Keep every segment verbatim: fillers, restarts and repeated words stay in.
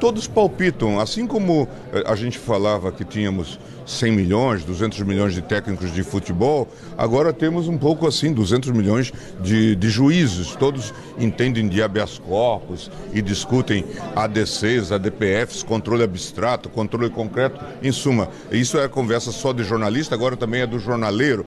todos palpitam, assim como a gente falava que tínhamos cem milhões, duzentos milhões de técnicos de futebol, agora temos um pouco assim, duzentos milhões de, de juízes, todos entendem de habeas corpus e discutem A D Cs, A D P Fs, controle abstrato, controle concreto, em suma, isso é conversa só de jornalista, agora também é do jornaleiro.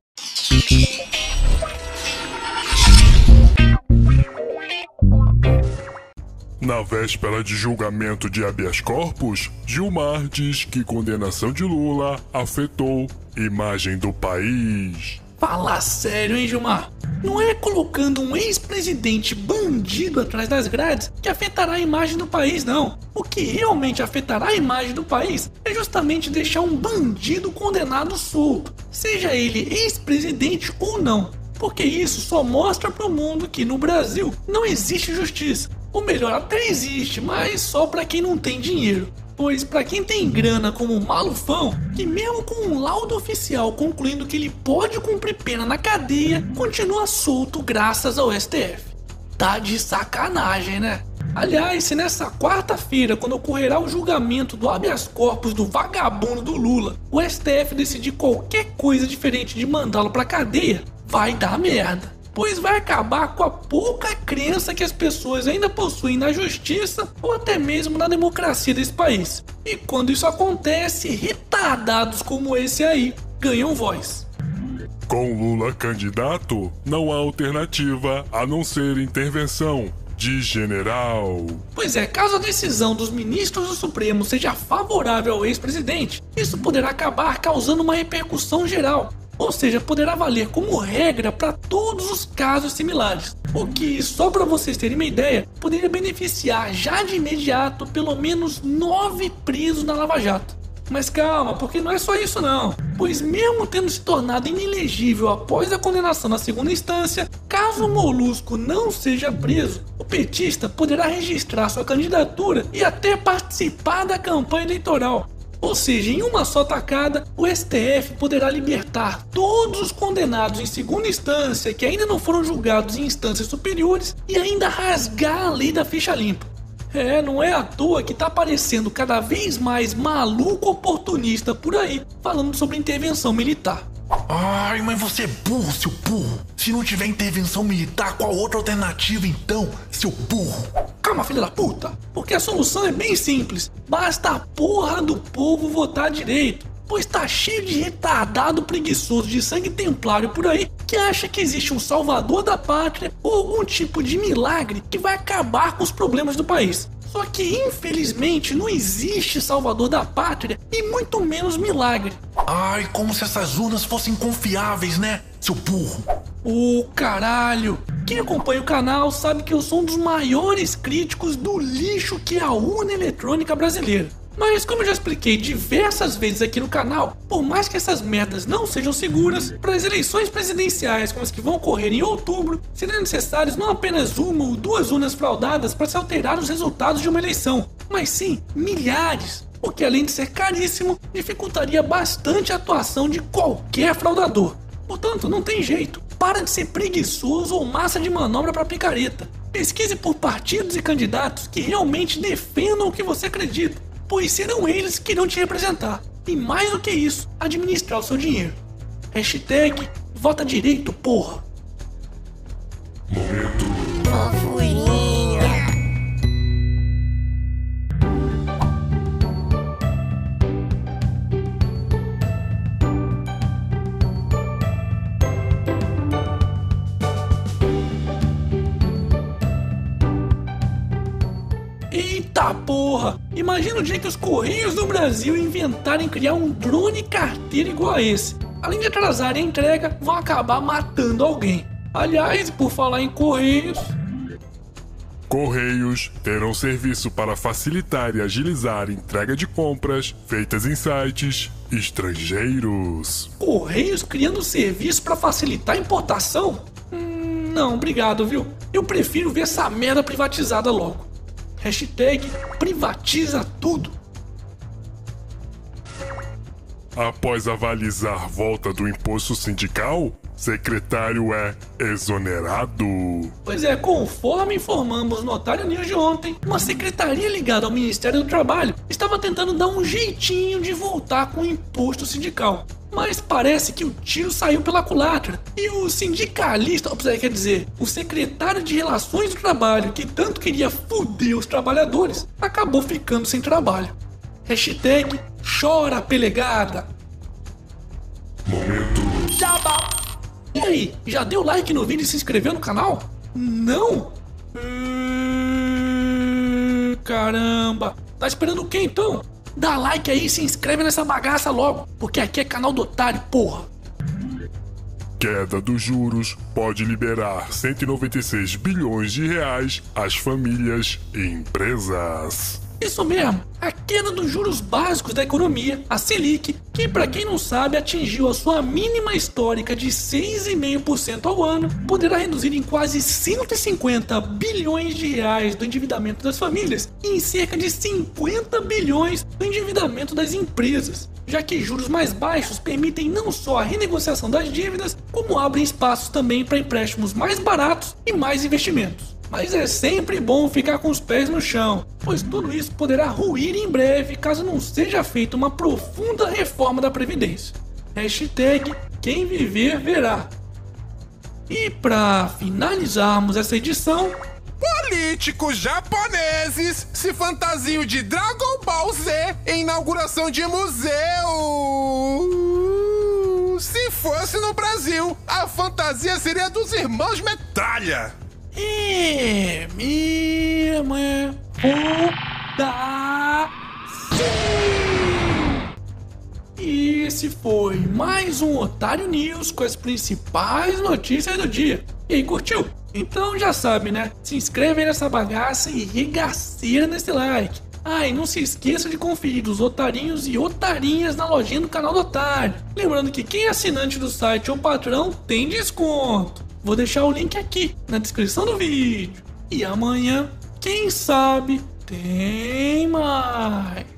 Na véspera de julgamento de habeas corpus, Gilmar diz que condenação de Lula afetou a imagem do país. Fala sério, hein, Gilmar? Não é colocando um ex-presidente bandido atrás das grades que afetará a imagem do país, não. O que realmente afetará a imagem do país é justamente deixar um bandido condenado solto, seja ele ex-presidente ou não. Porque isso só mostra pro mundo que no Brasil não existe justiça. Ou melhor, até existe, mas só pra quem não tem dinheiro. Pois pra quem tem grana como o Malufão, que mesmo com um laudo oficial concluindo que ele pode cumprir pena na cadeia, continua solto graças ao S T F. Tá de sacanagem, né? Aliás, se nessa quarta-feira, quando ocorrerá o julgamento do habeas corpus do vagabundo do Lula, o S T F decidir qualquer coisa diferente de mandá-lo pra cadeia, vai dar merda. Pois vai acabar com a pouca crença que as pessoas ainda possuem na justiça ou até mesmo na democracia desse país. E quando isso acontece, retardados como esse aí ganham voz. Com Lula candidato, não há alternativa a não ser intervenção de general. Pois é, caso a decisão dos ministros do Supremo seja favorável ao ex-presidente, isso poderá acabar causando uma repercussão geral. Ou seja, poderá valer como regra para todos os casos similares. O que, só para vocês terem uma ideia, poderia beneficiar já de imediato pelo menos nove presos na Lava Jato. Mas calma, porque não é só isso não. Pois mesmo tendo se tornado inelegível após a condenação na segunda instância, caso o Molusco não seja preso, o petista poderá registrar sua candidatura e até participar da campanha eleitoral. Ou seja, em uma só tacada, o S T F poderá libertar todos os condenados em segunda instância que ainda não foram julgados em instâncias superiores e ainda rasgar a lei da ficha limpa. É, não é à toa que tá aparecendo cada vez mais maluco oportunista por aí falando sobre intervenção militar. Ai, mas você é burro, seu burro. Se não tiver intervenção militar, qual outra alternativa então, seu burro? Calma, filha da puta, porque a solução é bem simples. Basta a porra do povo votar direito. Pois tá cheio de retardado preguiçoso de sangue templário por aí que acha que existe um salvador da pátria ou algum tipo de milagre que vai acabar com os problemas do país. Só que infelizmente não existe salvador da pátria e muito menos milagre. Ai, como se essas urnas fossem confiáveis, né, seu burro? Ô, oh, caralho! Quem acompanha o canal sabe que eu sou um dos maiores críticos do lixo que é a urna eletrônica brasileira. Mas como eu já expliquei diversas vezes aqui no canal, por mais que essas merdas não sejam seguras, para as eleições presidenciais como as que vão ocorrer em outubro, seriam necessárias não apenas uma ou duas urnas fraudadas para se alterar os resultados de uma eleição, mas sim milhares, o que além de ser caríssimo, dificultaria bastante a atuação de qualquer fraudador. Portanto, não tem jeito, para de ser preguiçoso ou massa de manobra para picareta. Pesquise por partidos e candidatos que realmente defendam o que você acredita, pois serão eles que irão te representar. E mais do que isso, administrar o seu dinheiro. Hashtag vota direito, porra. Momento Fofurinha. Eita porra! Imagina o dia que os Correios do Brasil inventarem criar um drone carteira igual a esse. Além de atrasarem a entrega, vão acabar matando alguém. Aliás, por falar em Correios... Correios terão serviço para facilitar e agilizar a entrega de compras feitas em sites estrangeiros. Correios criando serviço para facilitar a importação? Hum, não, obrigado, viu? Eu prefiro ver essa merda privatizada logo. Hashtag privatiza tudo. Após avalizar volta do imposto sindical, secretário é exonerado. Pois é, conforme informamos no Otário News de ontem, uma secretaria ligada ao Ministério do Trabalho estava tentando dar um jeitinho de voltar com o imposto sindical. Mas parece que o tiro saiu pela culatra e o sindicalista, ou seja, quer dizer, o secretário de Relações do Trabalho, que tanto queria foder os trabalhadores, acabou ficando sem trabalho. Hashtag chora pelegada. Momento Jabá. E aí, já deu like no vídeo e se inscreveu no canal? Não? Hum, caramba. Tá esperando o quê então? Dá like aí e se inscreve nessa bagaça logo, porque aqui é canal do otário, porra. Queda dos juros pode liberar cento e noventa e seis bilhões de reais às famílias e empresas. Isso mesmo, a queda dos juros básicos da economia, a Selic, que pra quem não sabe atingiu a sua mínima histórica de seis vírgula cinco por cento ao ano, poderá reduzir em quase cento e cinquenta bilhões de reais do endividamento das famílias e em cerca de cinquenta bilhões do endividamento das empresas, já que juros mais baixos permitem não só a renegociação das dívidas, como abrem espaços também para empréstimos mais baratos e mais investimentos. Mas é sempre bom ficar com os pés no chão, pois tudo isso poderá ruir em breve caso não seja feita uma profunda reforma da Previdência. Hashtag quem viver verá. E para finalizarmos essa edição, políticos japoneses se fantasiam de Dragon Ball Z em inauguração de museu. Se fosse no Brasil, a fantasia seria dos irmãos Metralha. É mesmo, é foda. E esse foi mais um Otário News com as principais notícias do dia. E aí, curtiu? Então já sabe, né? Se inscreve aí nessa bagaça e regaceira nesse like. Ah, e não se esqueça de conferir os otarinhos e otarinhas na lojinha do canal do Otário. Lembrando que quem é assinante do site ou patrão tem desconto. Vou deixar o link aqui na descrição do vídeo. E amanhã, quem sabe, tem mais.